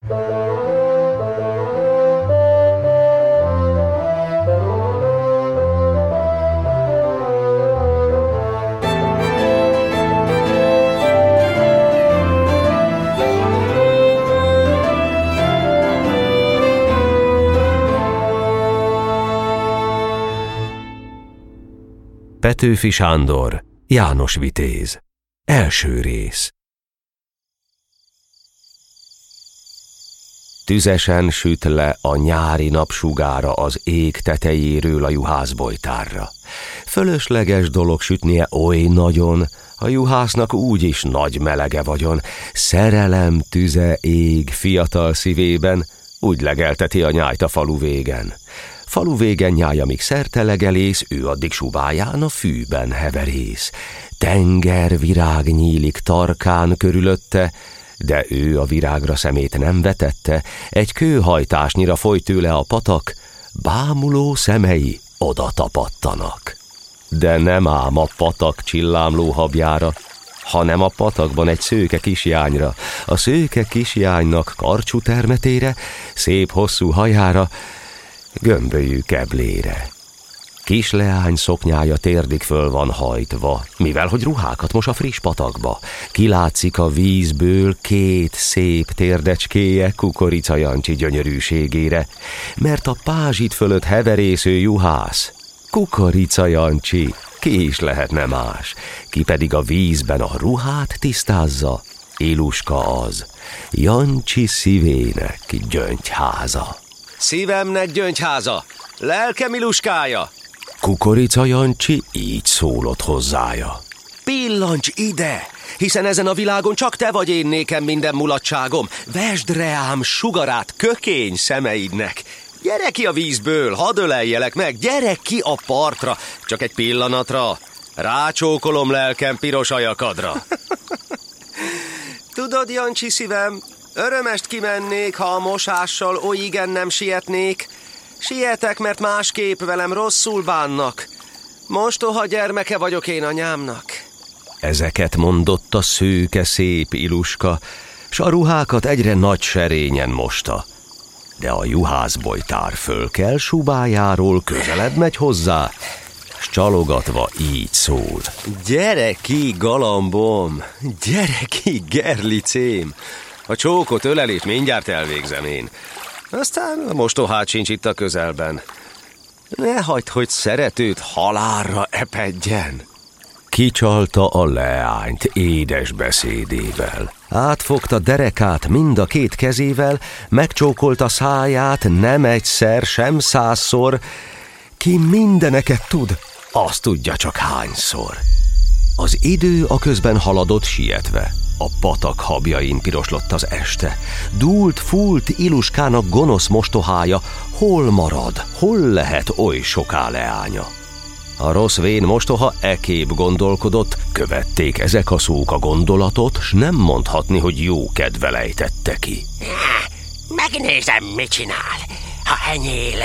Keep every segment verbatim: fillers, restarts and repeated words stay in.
Petőfi Sándor, János Vitéz. Első rész. Tüzesen süt le a nyári napsugára az ég tetejéről a juhászbojtárra. Fölösleges dolog sütnie oly nagyon, a juhásznak úgyis nagy melege vagyon. Szerelem tüze ég fiatal szívében, úgy legelteti a nyájt a falu végen. Falu végen nyája, míg szertelegelész, ő addig subáján a fűben heverész. Tenger virág nyílik tarkán körülötte, de ő a virágra szemét nem vetette, egy kőhajtásnyira folyt tőle a patak, bámuló szemei oda tapadtanak. De nem ám a patak csillámló habjára, hanem a patakban egy szőke kisjányra, a szőke kisjánynak karcsú termetére, szép hosszú hajára, gömbölyű keblére. Kisleány szoknyája térdig föl van hajtva, mivel hogy ruhákat mos a friss patakba. Kilátszik a vízből két szép térdecskéje Kukorica Jancsi gyönyörűségére, mert a pázsit fölött heverésző juhász Kukorica Jancsi, ki is lehetne más, ki pedig a vízben a ruhát tisztázza, Iluska az, Jancsi szívének gyöngyháza. Szívemnek gyöngyháza, lelkem Iluskája! Kukorica Jancsi így szólott hozzája. Pillancs ide, hiszen ezen a világon csak te vagy én nékem minden mulatságom. Vesd reám sugarát kökény szemeidnek. Gyere ki a vízből, hadd öleljelek meg, gyere ki a partra, csak egy pillanatra. Rácsókolom lelkem piros ajakadra. Tudod, Jancsi szívem, örömest kimennék, ha a mosással oly igen nem sietnék. Sietek, mert másképp velem rosszul bánnak. Mostoha gyermeke vagyok én anyámnak. Ezeket mondott a szőke szép Iluska, s a ruhákat egyre nagy serényen mosta. De a juhászbojtár fölkel subájáról, közelebb megy hozzá, s csalogatva így szól. Gyere ki, galambom, gyere ki, gerlicém. A csókot, ölelést mindjárt elvégzem én. Aztán a mostohát sincs itt a közelben. Ne hagyd, hogy szeretőt halálra epedjen. Kicsalta a leányt édes beszédével. Átfogta derekát mind a két kezével, megcsókolta száját nem egyszer, sem százszor. Ki mindeneket tud, azt tudja csak hányszor. Az idő a közben haladott sietve. A patak habjain piroslott az este. Dúlt, fúlt Iluskának gonosz mostohája, hol marad, hol lehet oly soká leánya. A rossz vén mostoha ekképp gondolkodott, követték ezek a szók a gondolatot, s nem mondhatni, hogy jó kedve lejtette ki. Megnézem, mit csinál. Ha enyél,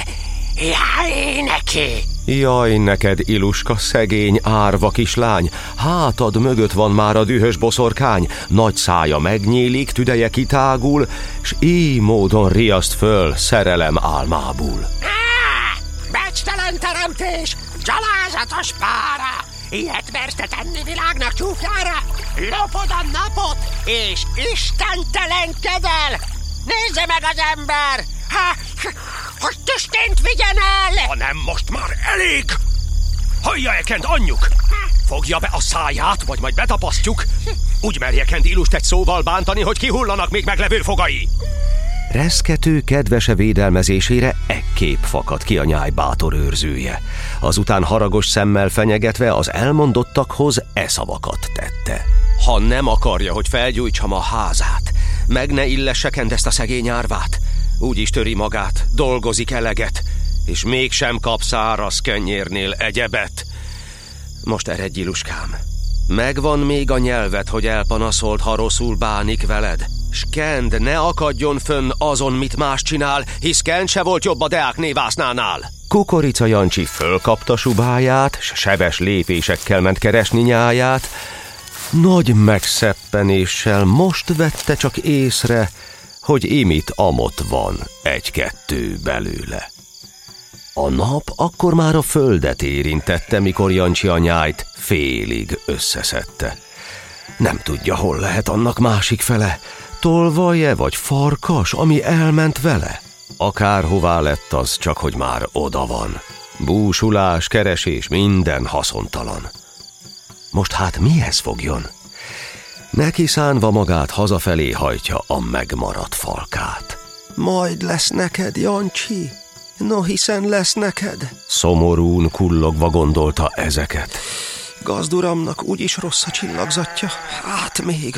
jaj neki! Jaj neked, Iluska, szegény, árva kislány, hátad mögött van már a dühös boszorkány, nagy szája megnyílik, tüdeje kitágul, s így módon riaszt föl szerelem álmából. Á, becstelen teremtés, gyalázatos pára! Ilyet mersz te tenni világnak csúfjára? Lopod a napot, és istentelenkedel! Nézze meg az ember! Ha, hogy tüstént vigyen el! Ha nem, most már elég! Hallja Ekend anyjuk! Fogja be a száját, vagy majd betapasztjuk. Úgy merje Kend Ilust egy szóval bántani, hogy kihullanak még meglevő fogai. Reszkető kedvese védelmezésére ekképp fakadt ki a nyáj bátor őrzője. Azután haragos szemmel fenyegetve az elmondottakhoz e szavakat tette. Ha nem akarja, hogy felgyújtsam a házát, meg ne illesse Kend ezt a szegény árvát, úgy is töri magát, dolgozik eleget, és mégsem kap száraz kenyérnél egyebet. Most eredj, Iluskám, megvan még a nyelved, hogy elpanaszolt, ha rosszul bánik veled. S Kend ne akadjon fönn azon, mit más csinál, hisz Kend se volt jobb a Deák névásznánál. Kukorica Jancsi fölkapta subáját, s sebes lépésekkel ment keresni nyáját. Nagy megszeppenéssel most vette csak észre, hogy imit amott van egy-kettő belőle. A nap akkor már a földet érintette, mikor Jancsi a nyájt félig összeszedte. Nem tudja, hol lehet annak másik fele, tolvaj-e vagy farkas, ami elment vele? Akárhová lett az, csak hogy már oda van. Búsulás, keresés, minden haszontalan. Most hát mihez fogjon? Neki szánva magát hazafelé hajtja a megmaradt falkát. Majd lesz neked, Jancsi? No, hiszen lesz neked. Szomorún kullogva gondolta ezeket. Gazduramnak úgyis rossz a csillagzatja. Hát még,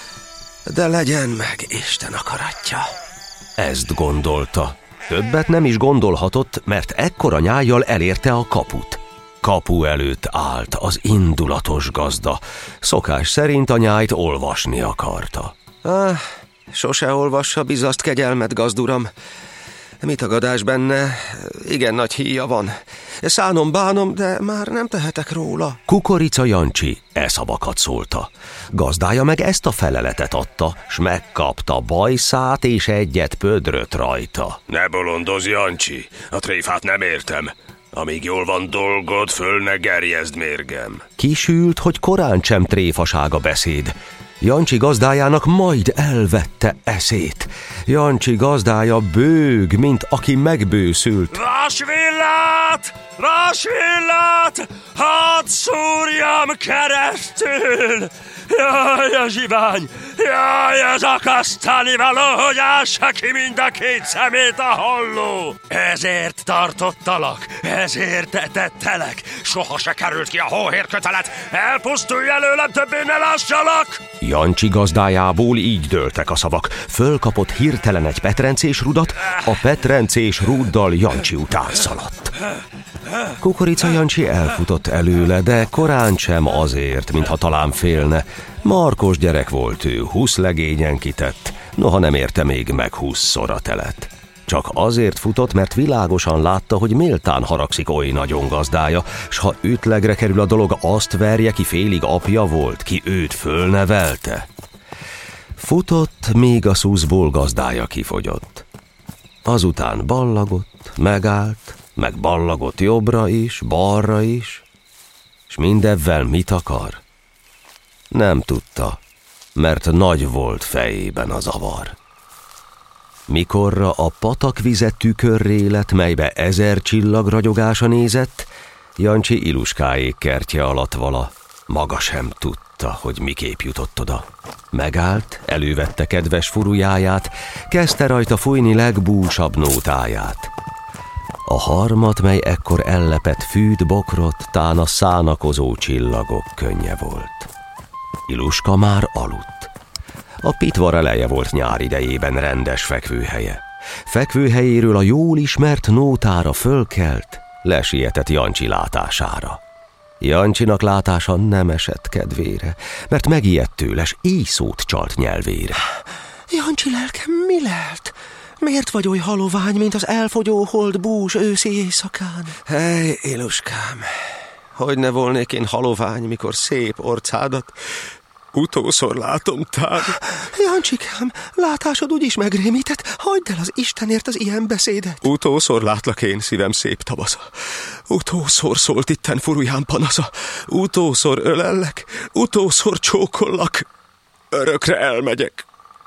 de legyen meg Isten akaratja. Ezt gondolta. Többet nem is gondolhatott, mert ekkora nyájjal elérte a kaput. Kapu előtt állt az indulatos gazda. Szokás szerint a nyájt olvasni akarta. Ah, sose olvassa bizaszt kegyelmet, gazduram. Mi tagadás benne? Igen nagy híja van. Szánom, bánom, de már nem tehetek róla. Kukorica Jancsi e szavakat szólta. Gazdája meg ezt a feleletet adta, s megkapta bajszát és egyet pödröt rajta. Ne bolondozz, Jancsi, a tréfát nem értem. Amíg jól van dolgod, föl ne gerjezd mérgem. Kisült, hogy korán sem tréfaság a beszéd. Jancsi gazdájának majd elvette eszét. Jancsi gazdája bőg, mint aki megbőszült. Vasvillát! Vasvillát! Hadd szúrjam keresztül! Jaj, a zsivány! Jaj, az akasztani való, hogy ássa ki mind a két szemét a holló! Ezért tartottalak, ezért etettelek. Soha se került ki a hóhérkötelet. Elpusztulj előlem, többé ne lássalak! Jancsi gazdájából így dőltek a szavak. Fölkapott hirtelen egy petrencés rudat, a petrencés ruddal Jancsi után szaladt. Kukorica Jancsi elfutott előle, de korán sem azért, mintha talán félne. Markos gyerek volt ő, húsz legényen kitett, noha nem érte még meg húszszor a telet. Csak azért futott, mert világosan látta, hogy méltán haragszik oly nagyon gazdája, s ha ütlegre kerül a dolog, azt verje, ki félig apja volt, ki őt fölnevelte. Futott, még a szuszból gazdája kifogyott. Azután ballagott, megállt, meg ballagott jobbra is, balra is, s mindebben mit akar? Nem tudta, mert nagy volt fejében a zavar. Mikorra a patakvize tükörré lett, melybe ezer csillag ragyogása nézett, Jancsi Iluskáék kertje alatt vala. Maga sem tudta, hogy miképp jutott oda. Megállt, elővette kedves furujáját, kezdte rajta fújni legbúsabb nótáját. A harmat, mely ekkor ellepett fűt, bokrot, tán a szánakozó csillagok könnye volt. Iluska már aludt. A pitvar eleje volt nyár idejében rendes fekvőhelye. Fekvőhelyéről a jól ismert nótára fölkelt, lesietett Jancsi látására. Jancsinak látása nem esett kedvére, mert megijedt tőle, s így szót csalt nyelvére. Jancsi lelkem, mi lelt? Miért vagy oly halovány, mint az elfogyó hold bús őszi éjszakán? Hely, Iluskám, hogy ne volnék én halovány, mikor szép orcádat utószor látom tán. Jancsikám, látásod úgyis megrémített, hagyd el az Istenért az ilyen beszédet. Utószor látlak én, szívem szép tavasza. Utószor szólt itten furujám panasza. Utószor ölellek, utószor csókollak. Örökre elmegyek.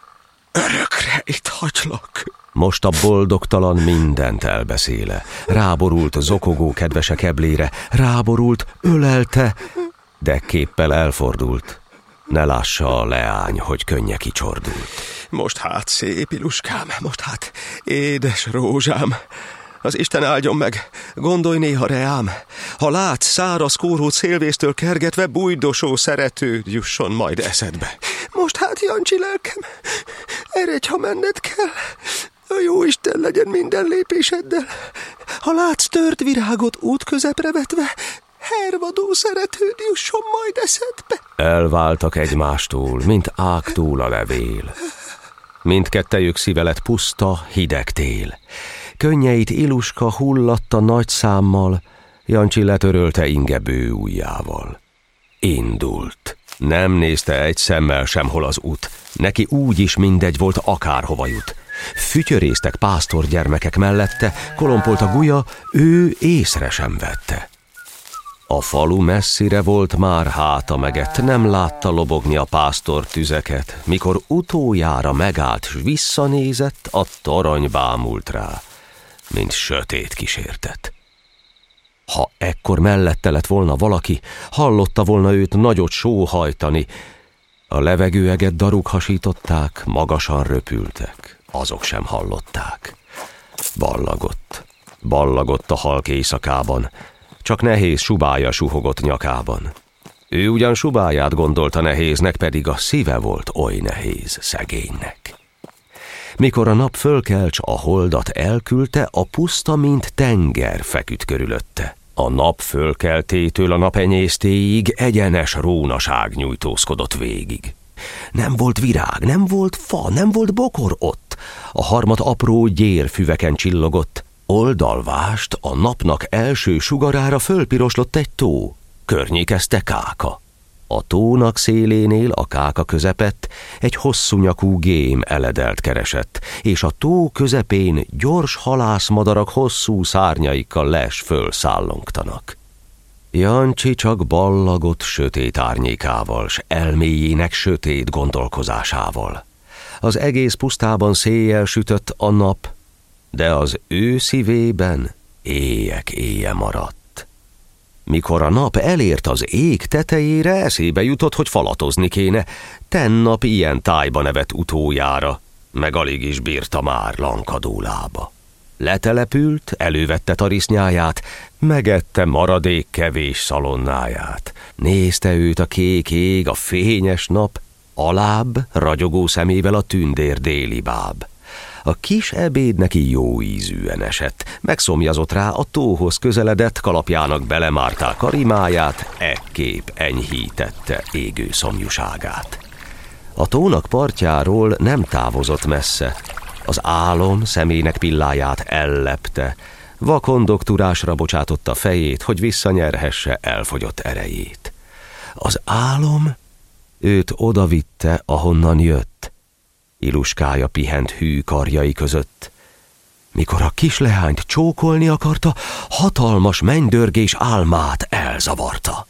Örökre itt hagylak. Most a boldogtalan mindent elbeszéle. Ráborult zokogó kedvese keblére, ráborult, ölelte, de képpel elfordult. Ne lássa a leány, hogy könnye kicsordult. Most hát szép Iluskám, most hát édes rózsám. Az Isten áldjon meg, gondolj néha reám. Ha látsz száraz kórhót szélvésztől kergetve, bújdosó szeretőd jusson majd eszedbe. Most hát, Jancsi lelkem, eredj, ha menned kell. A jó Isten legyen minden lépéseddel. Ha látsz tört virágot út közepre vetve, hervadó szeretőd jusson majd eszedbe. Elváltak egymástól, mint ágtól a levél. Mindkettejük szíve lett puszta, hideg tél. Könnyeit Iluska hullatta nagy számmal, Jancsi letörölte inge bő ujjával. Indult. Nem nézte egy szemmel sem, hol az út. Neki úgy is mindegy volt, akárhova jut. Fütyörésztek pásztorgyermekek mellette, kolompolt a gulya, ő észre sem vette. A falu messzire volt, már háta megett, nem látta lobogni a pásztor tüzeket. Mikor utoljára megállt, s visszanézett, a torony bámult rá, mint sötét kísértet. Ha ekkor mellette lett volna valaki, hallotta volna őt nagyot sóhajtani. A levegőeget daruk hasították, magasan röpültek, azok sem hallották. Ballagott, ballagott a halk éjszakában, csak nehéz subája suhogott nyakában. Ő ugyan subáját gondolta nehéznek, pedig a szíve volt oly nehéz szegénynek. Mikor a nap fölkelcs, a holdat elküldte, a puszta, mint tenger feküdt körülötte. A nap fölkeltétől a napenyésztéig egyenes rónaság nyújtózkodott végig. Nem volt virág, nem volt fa, nem volt bokor ott. A harmat apró gyérfüveken csillogott. Oldalvást a napnak első sugarára fölpiroslott egy tó. Környékezte káka. A tónak szélénél a káka közepett egy hosszú nyakú gém eledelt keresett, és a tó közepén gyors halászmadarak hosszú szárnyaikkal les fölszállongtanak. Jancsi csak ballagott sötét árnyékával, s elméjének sötét gondolkozásával. Az egész pusztában széjjel sütött a nap, de az ő szívében éjek éje maradt. Mikor a nap elért az ég tetejére, eszébe jutott, hogy falatozni kéne. Tennap ilyen tájba nevett utoljára, meg alig is bírta már lankadó lába. Letelepült, elővette tarisznyáját, megette maradék kevés szalonnáját. Nézte őt a kék ég, a fényes nap, alább ragyogó szemével a tündér déli báb. A kis ebéd neki jó ízűen esett, megszomjazott rá, a tóhoz közeledett, kalapjának belemárták karimáját, ekképp enyhítette égő szomjúságát. A tónak partjáról nem távozott messze, az álom szemének pilláját ellepte, vakon doktorásra bocsátotta fejét, hogy visszanyerhesse elfogyott erejét. Az álom őt odavitte, ahonnan jött. Iluskája pihent hű karjai között. Mikor a kisleányt csókolni akarta, hatalmas mennydörgés álmát elzavarta.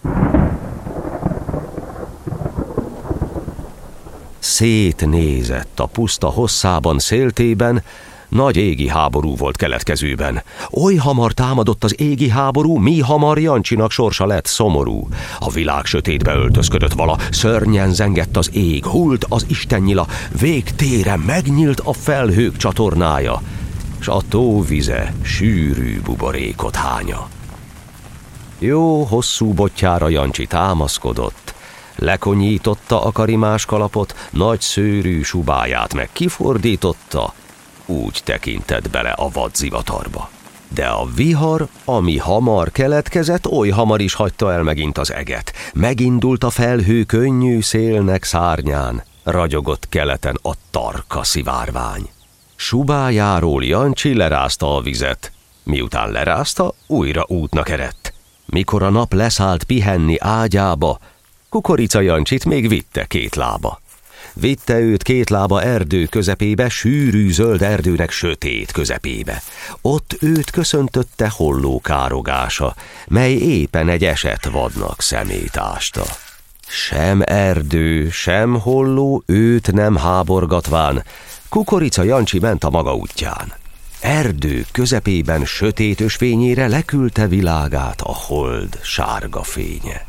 Szétnézett a puszta hosszában, széltében, nagy égi háború volt keletkezőben. Oly hamar támadott az égi háború, mi hamar Jancsinak sorsa lett szomorú. A világ sötétbe öltözködött vala, szörnyen zengett az ég, hult az istennyila, végtére megnyílt a felhők csatornája, s a tó vize sűrű buborékot hánya. Jó hosszú botjára Jancsi támaszkodott, lekonyította a karimás kalapot, nagy szőrű subáját meg kifordította, úgy tekintett bele a vadzivatarba. De a vihar, ami hamar keletkezett, oly hamar is hagyta el megint az eget. Megindult a felhő könnyű szélnek szárnyán, ragyogott keleten a tarka szivárvány. Subájáról Jancsi lerázta a vizet, miután lerázta, újra útnak eredt. Mikor a nap leszállt pihenni ágyába, Kukorica Jancsit még vitte két lába. Vitte őt két lába erdő közepébe, sűrű zöld erdőnek sötét közepébe. Ott őt köszöntötte holló károgása, mely éppen egy esett vadnak szemét ásta. Sem erdő, sem holló őt nem háborgatván, Kukorica Jancsi ment a maga útján. Erdő közepében sötét ösvényére leküldte világát a hold sárga fénye.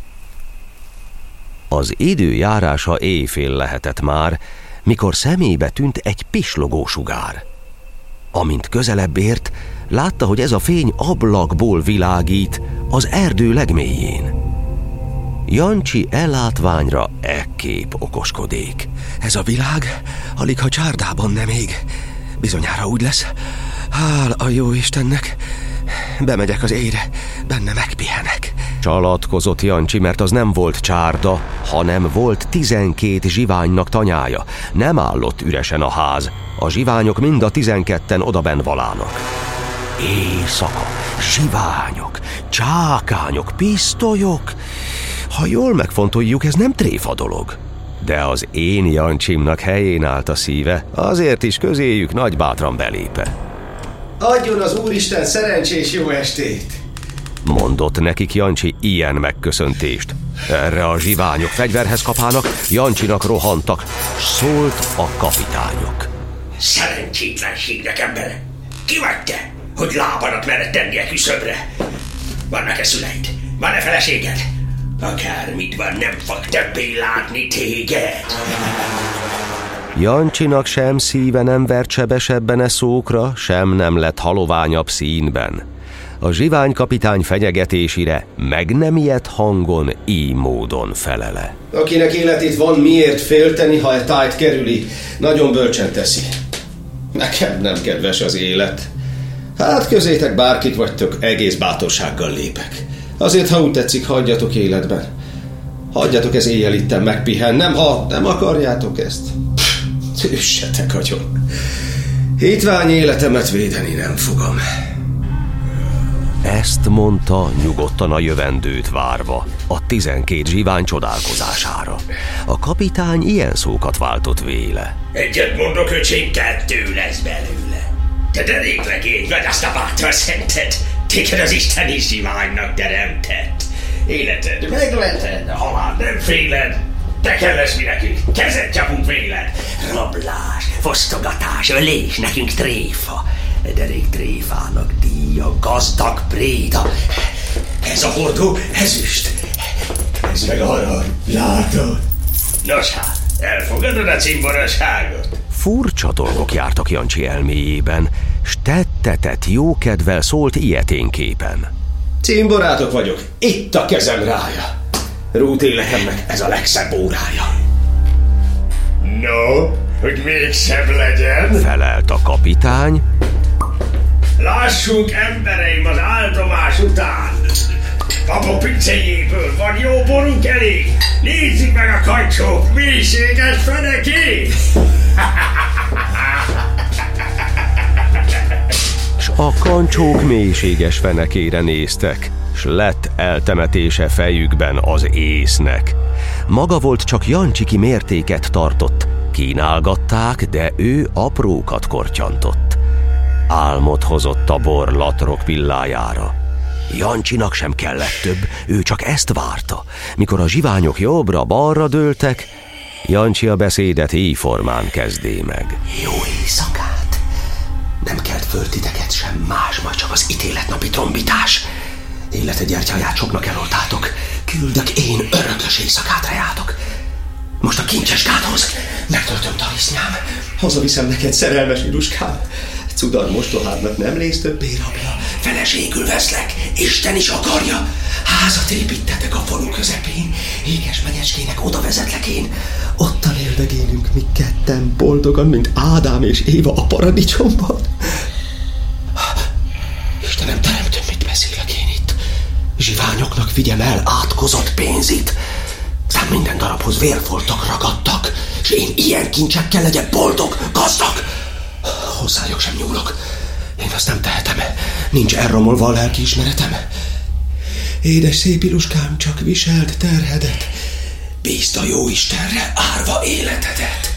Az idő járása éjfél lehetett már, mikor szemébe tűnt egy pislogó sugár. Amint közelebb ért, látta, hogy ez a fény ablakból világít az erdő legmélyén. Jancsi ellátványra ekképp okoskodik. Ez a világ, alig ha csárdában nem ég. Bizonyára úgy lesz. Hál a jó Istennek. Bemegyek az éjre, benne megpihenek. Csalatkozott Jancsi, mert az nem volt csárda, hanem volt tizenkét zsiványnak tanyája. Nem állott üresen a ház, a zsiványok mind a tizenketten odabenn valának. Éjszaka, zsiványok, csákányok, pisztolyok, Ha jól megfontoljuk, ez nem tréfa dolog. De az én Jancsimnak helyén állt a szíve, azért is közéjük nagybátran belépe. Adjon az Úristen szerencsés jó estét! Mondott nekik Jancsi ilyen megköszöntést. Erre a zsiványok fegyverhez kapának, Jancsinak rohantak, s szólt a kapitányok. Szerencsétlenségnek embere! Ki vagy te, hogy lábadat mered tenni a küszöbre? Vannak-e szüleid? Van-e feleséged? Akármit van, nem fog többé látni téged! Jancsinak sem szíve nem vert sebesebben e szókra, sem nem lett haloványabb színben. A zsiványkapitány fenyegetésére meg nem ijedt hangon így módon felele. Akinek életét van miért félteni, ha e tájt kerüli, nagyon bölcsen teszi. Nekem nem kedves az élet. Hát közétek bárkik vagytok, egész bátorsággal lépek. Azért, ha úgy tetszik, hagyjatok életben. Hagyjatok ez éjjel itten megpihennem, ha nem akarjátok ezt. Üssetek agyon. Hitvány életemet védeni nem fogom. Ezt mondta nyugodtan a jövendőt várva, a tizenkét zsivány csodálkozására. A kapitány ilyen szókat váltott véle. Egyet mondok, öcsém, kettő lesz belőle. Te deréklegény vagy, azt a bátor szented. Téged az Isten is zsiványnak teremtett. Életed megleted, a halál nem féled. Te kell lesz mi nekünk, kezet csapunk véled. Rablás, fosztogatás, ölés, nekünk tréfa. Derék tréfának díja, gazdag préda. Ez a hordó ezüst, ez meg arany, látod? Nos hát, elfogadod a cimborosságot? Furcsa dolgok jártak Jancsi elméjében, s tettetett jókedvel szólt ilyeténképpen. Cimborátok vagyok, itt a kezem rája. Rút életemnek ez a legszebb órája. No, hogy még szebb legyen? Felelt a kapitány. Lássunk, embereim, az áldomás után! Papok pincéjéből van jó borunk elég! Nézzük meg a kancsók mélységes fenekét! S a kancsók mélységes fenekére néztek, s lett eltemetése fejükben az észnek. Maga volt csak Jancsiki mértéket tartott, kínálgatták, de ő aprókat kortyantott. Álmot hozott a bor latrok pillájára. Jancsinak sem kellett több, ő csak ezt várta. Mikor a zsiványok jobbra-balra dőltek, Jancsi a beszédet így formán kezdé meg. Jó éjszakát! Nem kelt föl titeket sem más, majd csak az ítéletnapi trombitás. Élete gyertyáját soknak eloltátok, küldök én örökös éjszakát rejátok. Most a kincses gáthoz megtöltöm tarisznyám. Hazaviszem neked, szerelmes iluskám. Cudar mostohádnak nem lész többé rabja. Feleségül veszlek, Isten is akarja. Házat építetek a falu közepén, éges menyecskének oda vezetlek én. Ottan éldegélünk mi ketten boldogan, mint Ádám és Éva a paradicsomban. Istenem, teremtőm, mit beszélek én itt? Zsiványoknak vigyem el átkozott pénzit. Szám minden darabhoz vérfoltok ragadtak, és én ilyen kincsekkel legyek boldog, gazdag. Hozzájuk sem nyúlok. Én azt nem tehetem. Nincs elromolva a lelkiismeretem. Édes szép iluskám, csak viseld terhedet. Bízd a jóistenre árva életedet.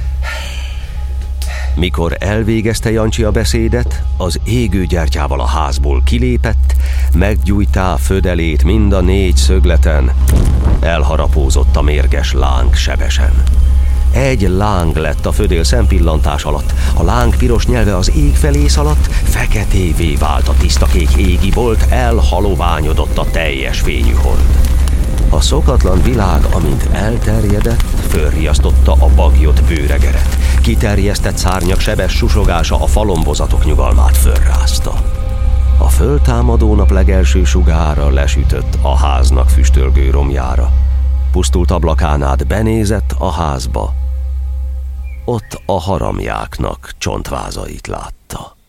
Mikor elvégezte Jancsi a beszédet, az égő gyertyával a házból kilépett, meggyújtá födelét mind a négy szögleten, elharapózott a mérges láng sebesen. Egy láng lett a födél szempillantás alatt, a láng piros nyelve az ég felé szaladt, feketévé vált a tiszta kék égi bolt, elhaloványodott a teljes fényű hold. A szokatlan világ, amint elterjedett, fölriasztotta a baglyot bőregeret. Kiterjesztett szárnyak sebes susogása a falombozatok nyugalmát fölrázta. A föltámadó nap legelső sugára lesütött a háznak füstölgő romjára. Pusztult ablakán át benézett a házba. Ott a haramjáknak csontvázait látta.